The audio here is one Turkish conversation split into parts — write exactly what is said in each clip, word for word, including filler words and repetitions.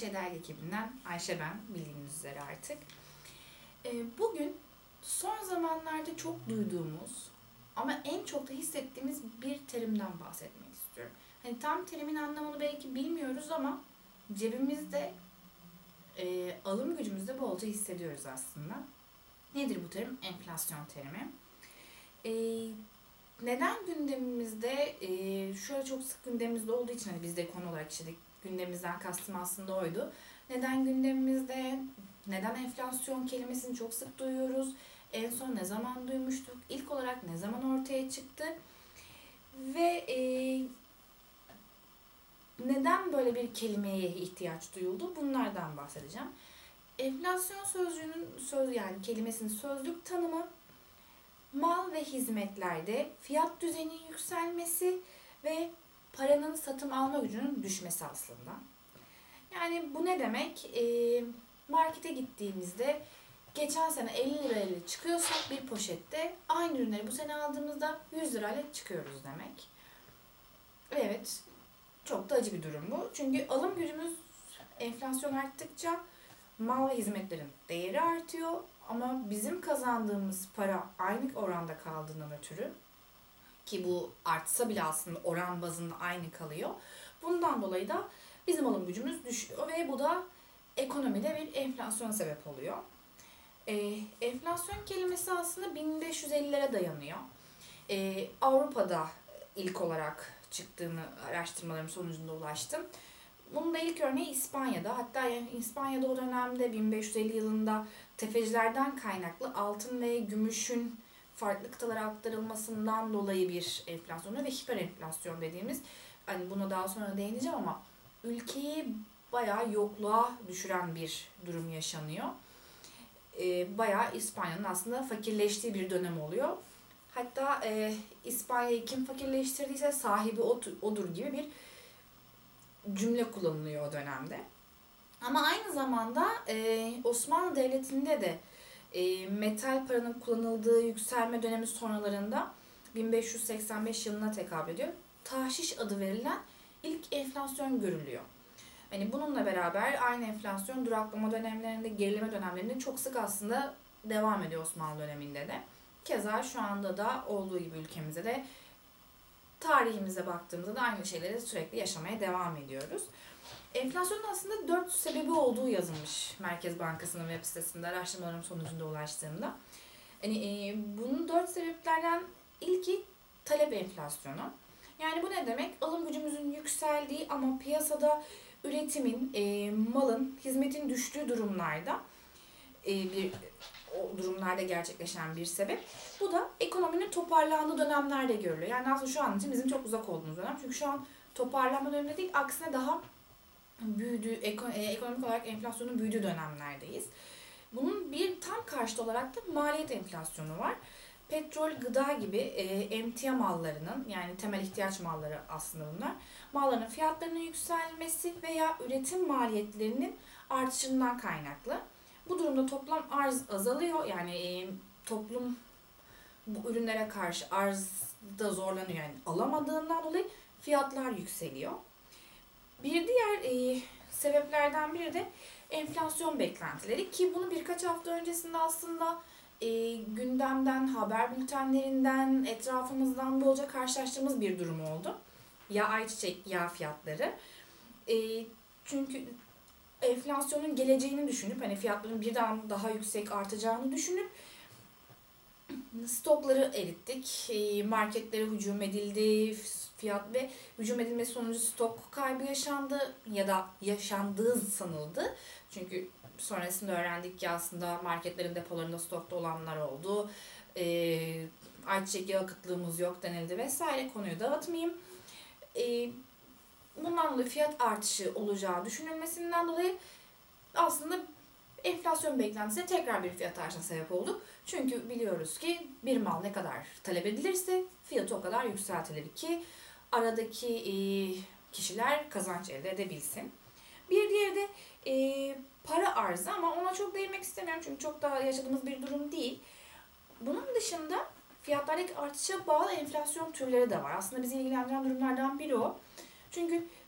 Ayşe Dergi ekibinden Ayşe ben, bildiğiniz üzere artık. Ee, bugün son zamanlarda çok duyduğumuz ama en çok da hissettiğimiz bir terimden bahsetmek istiyorum. Hani tam terimin anlamını belki bilmiyoruz ama cebimizde, e, alım gücümüzde bolca hissediyoruz aslında. Nedir bu terim? Enflasyon terimi. Ee, Neden gündemimizde, e, şöyle çok sık gündemimizde olduğu için hani biz de konu olarak işledik. Gündemimizden kastım aslında oydu. Neden gündemimizde, neden enflasyon kelimesini çok sık duyuyoruz? En son ne zaman duymuştuk? İlk olarak ne zaman ortaya çıktı? Ve e, neden böyle bir kelimeye ihtiyaç duyuldu? Bunlardan bahsedeceğim. Enflasyon sözcüğünün söz yani kelimesinin sözlük tanımı mal ve hizmetlerde fiyat düzeyinin yükselmesi ve paranın satın alma gücünün düşmesi aslında. Yani bu ne demek? E, markete gittiğimizde geçen sene elli lirayla çıkıyorsak bir poşette aynı ürünleri bu sene aldığımızda yüz lirayla çıkıyoruz demek. Evet, çok da acı bir durum bu. Çünkü alım gücümüz enflasyon arttıkça mal ve hizmetlerin değeri artıyor ama bizim kazandığımız para aynı oranda kaldığından ötürü ki bu artsa bile aslında oran bazında aynı kalıyor. Bundan dolayı da bizim alım gücümüz düşüyor ve bu da ekonomide bir enflasyon sebep oluyor. Ee, enflasyon kelimesi aslında bin beş yüz ellilere dayanıyor. Ee, Avrupa'da ilk olarak çıktığını araştırmalarım sonucunda ulaştım. Bunun da ilk örneği İspanya'da. Hatta yani İspanya'da o dönemde bin beş yüz elli yılında tefecilerden kaynaklı altın ve gümüşün farklı kıtalara aktarılmasından dolayı bir enflasyonu ve hiperenflasyon dediğimiz, hani buna daha sonra değineceğim ama ülkeyi bayağı yokluğa düşüren bir durum yaşanıyor. Ee, bayağı İspanya'nın aslında fakirleştiği bir dönem oluyor. Hatta e, İspanya'yı kim fakirleştirdiyse sahibi odur gibi bir cümle kullanılıyor o dönemde. Ama aynı zamanda e, Osmanlı Devleti'nde de e, metal paranın kullanıldığı yükselme dönemi sonralarında bin beş yüz seksen beş yılına tekabül ediyor. Tahşiş adı verilen ilk enflasyon görülüyor. Hani bununla beraber aynı enflasyon duraklama dönemlerinde, gerileme dönemlerinde çok sık aslında devam ediyor Osmanlı döneminde de. Keza şu anda da olduğu gibi ülkemizde de tarihimize baktığımızda da aynı şeyleri sürekli yaşamaya devam ediyoruz. Enflasyonun aslında dört sebebi olduğu yazılmış Merkez Bankası'nın web sitesinde araştırmalarım sonucunda ulaştığımda. Hani e, bunun dört sebeplerden ilki talep enflasyonu. Yani bu ne demek? Alım gücümüzün yükseldiği ama piyasada üretimin, e, malın, hizmetin düştüğü durumlarda e, bir o durumlarda gerçekleşen bir sebep. Bu da ekonominin toparlandığı dönemlerde görülüyor. Yani aslında şu an için bizim çok uzak olduğumuz dönem. Çünkü şu an toparlanma döneminde değil, aksine daha büyüdüğü, ekonomik olarak enflasyonun büyüdüğü dönemlerdeyiz. Bunun bir tam karşıtı olarak da maliyet enflasyonu var. Petrol, gıda gibi e, emtia mallarının, yani temel ihtiyaç malları aslında bunlar, malların fiyatlarının yükselmesi veya üretim maliyetlerinin artışından kaynaklı. Bu durumda toplam arz azalıyor. Yani e, toplum bu ürünlere karşı arzda zorlanıyor. Yani alamadığından dolayı fiyatlar yükseliyor. Bir diğer e, sebeplerden biri de enflasyon beklentileri ki bunu birkaç hafta öncesinde aslında e, gündemden, haber bültenlerinden, etrafımızdan bolca karşılaştığımız bir durum oldu. Yağ, ayçiçek yağı fiyatları. E, çünkü enflasyonun geleceğini düşünüp hani fiyatların birden daha yüksek artacağını düşünüp stokları erittik. E, marketlere hücum edildi. Fiyat ve hücum edilmesi sonucu stok kaybı yaşandı ya da yaşandığı sanıldı. Çünkü sonrasında öğrendik ki aslında marketlerin depolarında stokta olanlar oldu. E, ayçiçek yağı kıtlığımız yok denildi vesaire, konuyu dağıtmayayım. E, bundan dolayı fiyat artışı olacağı düşünülmesinden dolayı aslında enflasyon beklentisine tekrar bir fiyat artışına sebep oldu. Çünkü biliyoruz ki bir mal ne kadar talep edilirse fiyatı o kadar yükseltilir ki aradaki e, kişiler kazanç elde edebilsin. Bir diğeri de e, para arzı ama ona çok değinmek istemiyorum çünkü çok daha yaşadığımız bir durum değil. Bunun dışında fiyatlardaki artışa bağlı enflasyon türleri de var. Aslında bizi ilgilendiren durumlardan biri o. Çünkü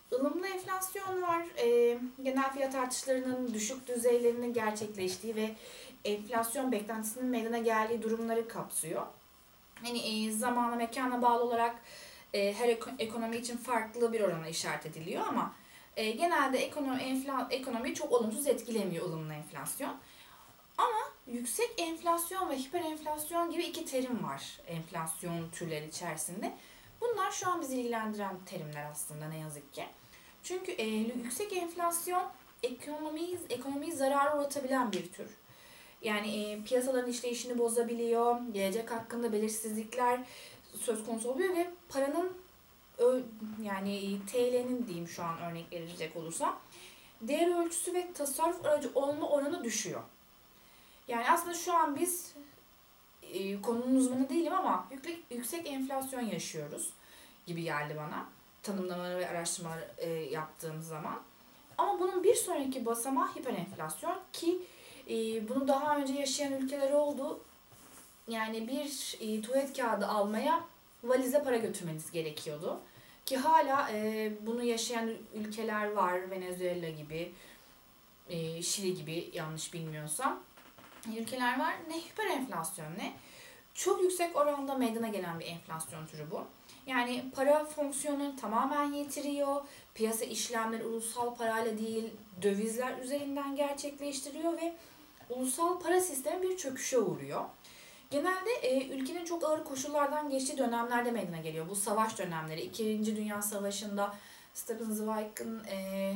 ılımlı enflasyon var. E, genel fiyat artışlarının düşük düzeylerinin gerçekleştiği ve enflasyon beklentisinin meydana geldiği durumları kapsıyor. Hani e, zamana, mekana bağlı olarak e, her ekonomi için farklı bir orana işaret ediliyor ama e, genelde ekonomi, enfla, ekonomiyi çok olumsuz etkilemiyor ılımlı enflasyon. Ama yüksek enflasyon ve hiperenflasyon gibi iki terim var enflasyon türleri içerisinde. Bunlar şu an bizi ilgilendiren terimler aslında ne yazık ki. Çünkü e, yüksek enflasyon ekonomiyi, ekonomiyi zarara uğratabilen bir tür. Yani e, piyasaların işleyişini bozabiliyor, gelecek hakkında belirsizlikler söz konusu oluyor ve paranın yani T L'nin diyeyim şu an örnek verecek olursam değer ölçüsü ve tasarruf aracı olma oranı düşüyor. Yani aslında şu an biz e, konunun uzmanı değilim ama yüksek, yüksek enflasyon yaşıyoruz gibi geldi bana. Tanımlamaları ve araştırmaları e, yaptığım zaman. Ama bunun bir sonraki basamağı hiperenflasyon ki e, bunu daha önce yaşayan ülkeler oldu. Yani bir e, tuvalet kağıdı almaya valize para götürmeniz gerekiyordu. Ki hala e, bunu yaşayan ülkeler var. Venezuela gibi, e, Şili gibi yanlış bilmiyorsam ülkeler var. Ne hiperenflasyon ne. Çok yüksek oranda meydana gelen bir enflasyon türü bu. Yani para fonksiyonunu tamamen yitiriyor. Piyasa işlemleri ulusal parayla değil dövizler üzerinden gerçekleştiriyor ve ulusal para sistemi bir çöküşe uğruyor. Genelde e, ülkenin çok ağır koşullardan geçtiği dönemlerde meydana geliyor. Bu savaş dönemleri. İkinci Dünya Savaşı'nda Stephen Zweig'ın e,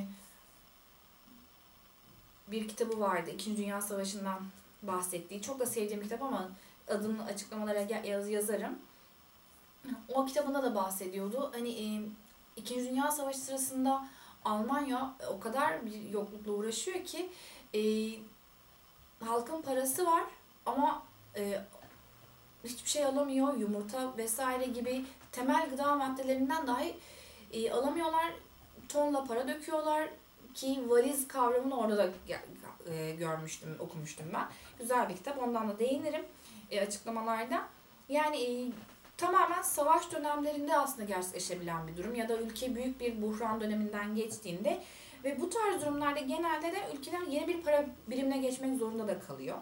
bir kitabı vardı. İkinci Dünya Savaşı'ndan bahsettiği. Çok da sevdiğim bir kitap ama adını açıklamalara yaz, yazarım. O kitabında da bahsediyordu. Hani e, İkinci Dünya Savaşı sırasında Almanya o kadar bir yoklukla uğraşıyor ki e, halkın parası var ama e, hiçbir şey alamıyor. Yumurta vesaire gibi temel gıda maddelerinden dahi e, alamıyorlar. Tonla para döküyorlar ki valiz kavramını orada da e, görmüştüm, okumuştum ben. Güzel bir kitap. Ondan da değinirim e, açıklamalarda. Yani e, tamamen savaş dönemlerinde aslında gerçekleşebilen bir durum ya da ülke büyük bir buhran döneminden geçtiğinde ve bu tarz durumlarda genelde de ülkeler yeni bir para birimine geçmek zorunda da kalıyor.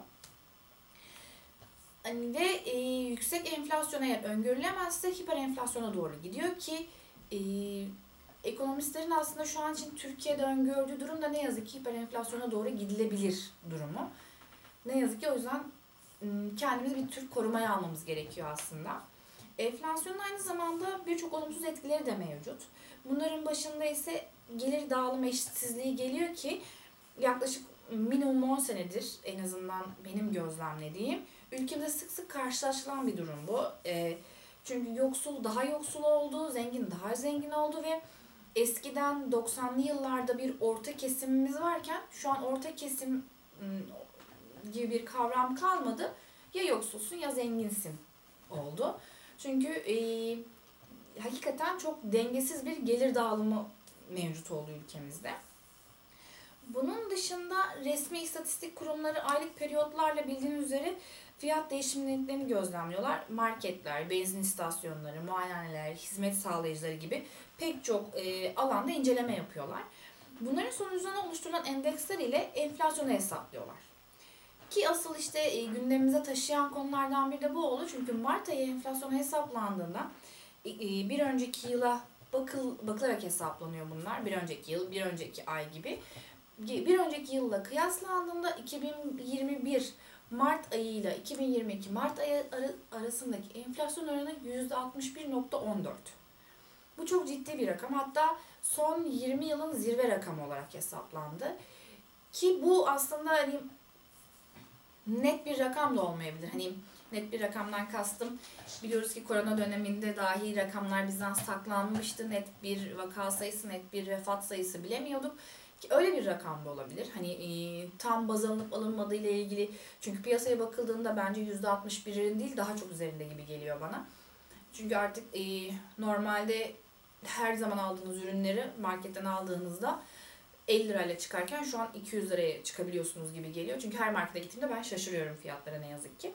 Hani ve e, yüksek enflasyon eğer öngörülemezse hiperenflasyona doğru gidiyor ki e, ekonomistlerin aslında şu an için Türkiye'de öngördüğü durum da ne yazık ki hiperenflasyona doğru gidilebilir durumu. Ne yazık ki o yüzden kendimizi bir tür korumaya almamız gerekiyor aslında. Enflasyonun aynı zamanda birçok olumsuz etkileri de mevcut. Bunların başında ise gelir dağılım eşitsizliği geliyor ki yaklaşık minimum on senedir en azından benim gözlemlediğim ülkemizde sık sık karşılaşılan bir durum bu. E, çünkü yoksul daha yoksul oldu, zengin daha zengin oldu ve eskiden doksanlı yıllarda bir orta kesimimiz varken şu an orta kesim gibi bir kavram kalmadı. Ya yoksulsun ya zenginsin oldu. Çünkü e, hakikaten çok dengesiz bir gelir dağılımı mevcut oldu ülkemizde. Bunun dışında resmi istatistik kurumları aylık periyotlarla bildiğiniz üzere fiyat değişimlerini gözlemliyorlar. Marketler, benzin istasyonları, muayenehaneler, hizmet sağlayıcıları gibi pek çok e, alanda inceleme yapıyorlar. Bunların sonucunda oluşturulan endeksler ile enflasyonu hesaplıyorlar. Ki asıl işte e, gündemimize taşıyan konulardan biri de bu oldu. Çünkü Mart ayı enflasyon hesaplandığında e, bir önceki yıla bakıl, bakılarak hesaplanıyor bunlar. Bir önceki yıl, bir önceki ay gibi. Bir önceki yılla kıyaslandığında iki bin yirmi bir Mart ayı ile iki bin yirmi iki Mart ayı arasındaki enflasyon oranı yüzde altmış bir virgül on dört. Bu çok ciddi bir rakam. Hatta son yirmi yılın zirve rakamı olarak hesaplandı. Ki bu aslında hani net bir rakam da olmayabilir. Hani net bir rakamdan kastım, biliyoruz ki korona döneminde dahi rakamlar bizden saklanmıştı. Net bir vaka sayısı, net bir vefat sayısı bilemiyorduk. Ki öyle bir rakam da olabilir. Hani e, tam baz alınıp alınmadığı ile ilgili. Çünkü piyasaya bakıldığında bence yüzde altmış birin değil daha çok üzerinde gibi geliyor bana. Çünkü artık e, normalde her zaman aldığınız ürünleri marketten aldığınızda elli lirayla çıkarken şu an iki yüz liraya çıkabiliyorsunuz gibi geliyor. Çünkü her markete gittiğimde ben şaşırıyorum fiyatlara ne yazık ki.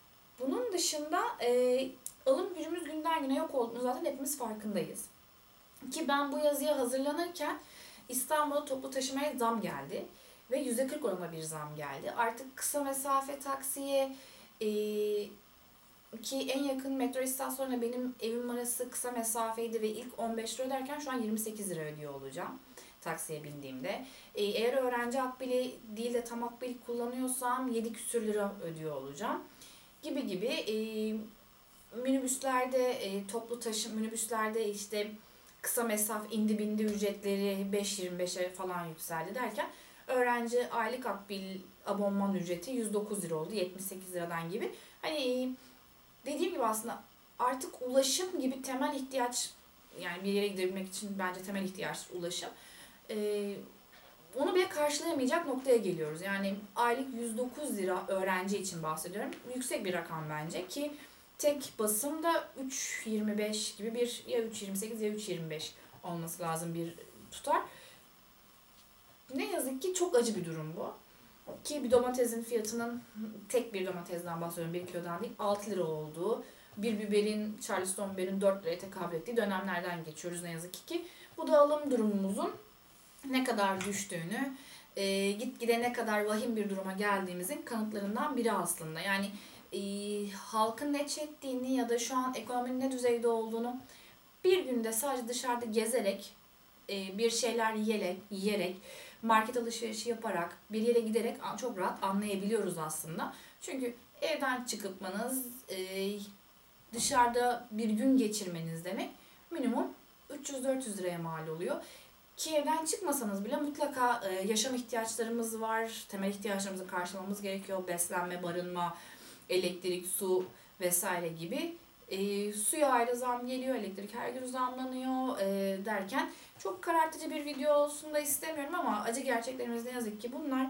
Bunun dışında e, alım gücümüz günden güne yok olduğunu zaten hepimiz farkındayız. Ki ben bu yazıya hazırlanırken İstanbul'a toplu taşımaya zam geldi. Ve yüzde kırk oranında bir zam geldi. Artık kısa mesafe taksiye e, ki en yakın metro istasyonuna benim evim arası kısa mesafeydi ve ilk on beş lira öderken şu an yirmi sekiz lira ödüyor olacağım taksiye bindiğimde. E, eğer öğrenci akbili değil de tam akbil kullanıyorsam yedi küsür lira ödüyor olacağım. Gibi gibi e, minibüslerde e, toplu taşım minibüslerde işte kısa mesafe indi bindi ücretleri beş yirmi beşe falan yükseldi derken öğrenci aylık akbil abonman ücreti yüz dokuz lira oldu, yetmiş sekiz liradan gibi. Hani dediğim gibi aslında artık ulaşım gibi temel ihtiyaç, yani bir yere gidebilmek için bence temel ihtiyaç ulaşım. Ee, Onu bile karşılayamayacak noktaya geliyoruz. Yani aylık yüz dokuz lira öğrenci için bahsediyorum. Yüksek bir rakam bence ki tek basımda üç yirmi beş gibi bir, ya üç yirmi sekiz ya üç yirmi beş olması lazım bir tutar. Ne yazık ki çok acı bir durum bu. Ki bir domatesin fiyatının, tek bir domatesden bahsediyorum, bir kilodan değil, altı lira olduğu, bir biberin, Charleston biberin dört liraya tekabül ettiği dönemlerden geçiyoruz ne yazık ki ki. Bu da alım durumumuzun ne kadar düştüğünü, e, gitgide ne kadar vahim bir duruma geldiğimizin kanıtlarından biri aslında. Yani e, halkın ne çektiğini ya da şu an ekonominin ne düzeyde olduğunu bir günde sadece dışarıda gezerek, e, bir şeyler yiyerek, yiyerek, market alışverişi yaparak, bir yere giderek çok rahat anlayabiliyoruz aslında. Çünkü evden çıkıpmanız, e, dışarıda bir gün geçirmeniz demek minimum üç yüz dört yüz liraya mal oluyor. Ki evden çıkmasanız bile mutlaka e, yaşam ihtiyaçlarımız var. Temel ihtiyaçlarımızı karşılamamız gerekiyor. Beslenme, barınma, elektrik, su vesaire gibi. E, suya ayrı zam geliyor, elektrik her gün zamlanıyor e, derken çok karartıcı bir video olsun da istemiyorum ama acı gerçeklerimiz ne yazık ki bunlar.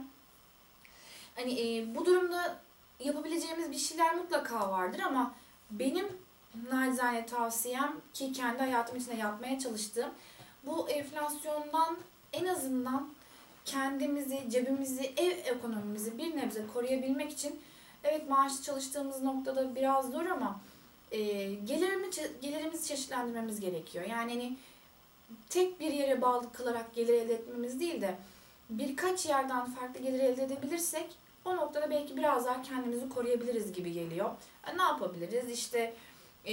Hani e, bu durumda yapabileceğimiz bir şeyler mutlaka vardır ama benim nacizane tavsiyem, ki kendi hayatım içinde yapmaya çalıştığım, bu enflasyondan en azından kendimizi, cebimizi, ev ekonomimizi bir nebze koruyabilmek için, evet maaşlı çalıştığımız noktada biraz zor ama e, gelirimizi, gelirimizi çeşitlendirmemiz gerekiyor. Yani hani tek bir yere bağlı kılarak gelir elde etmemiz değil de birkaç yerden farklı gelir elde edebilirsek o noktada belki biraz daha kendimizi koruyabiliriz gibi geliyor. E, ne yapabiliriz? İşte e,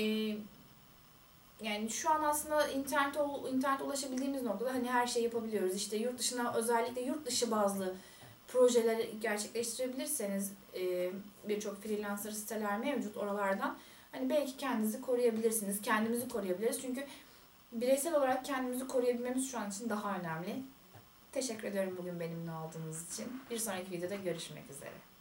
yani şu an aslında internet internet ulaşabildiğimiz noktada hani her şeyi yapabiliyoruz. İşte yurt dışına, özellikle yurt dışı bazlı projeler gerçekleştirebilirseniz e, birçok freelancer siteler mevcut oralardan. Hani belki kendinizi koruyabilirsiniz, kendimizi koruyabiliriz. Çünkü bireysel olarak kendimizi koruyabilmemiz şu an için daha önemli. Teşekkür ediyorum bugün benimle olduğunuz için. Bir sonraki videoda görüşmek üzere.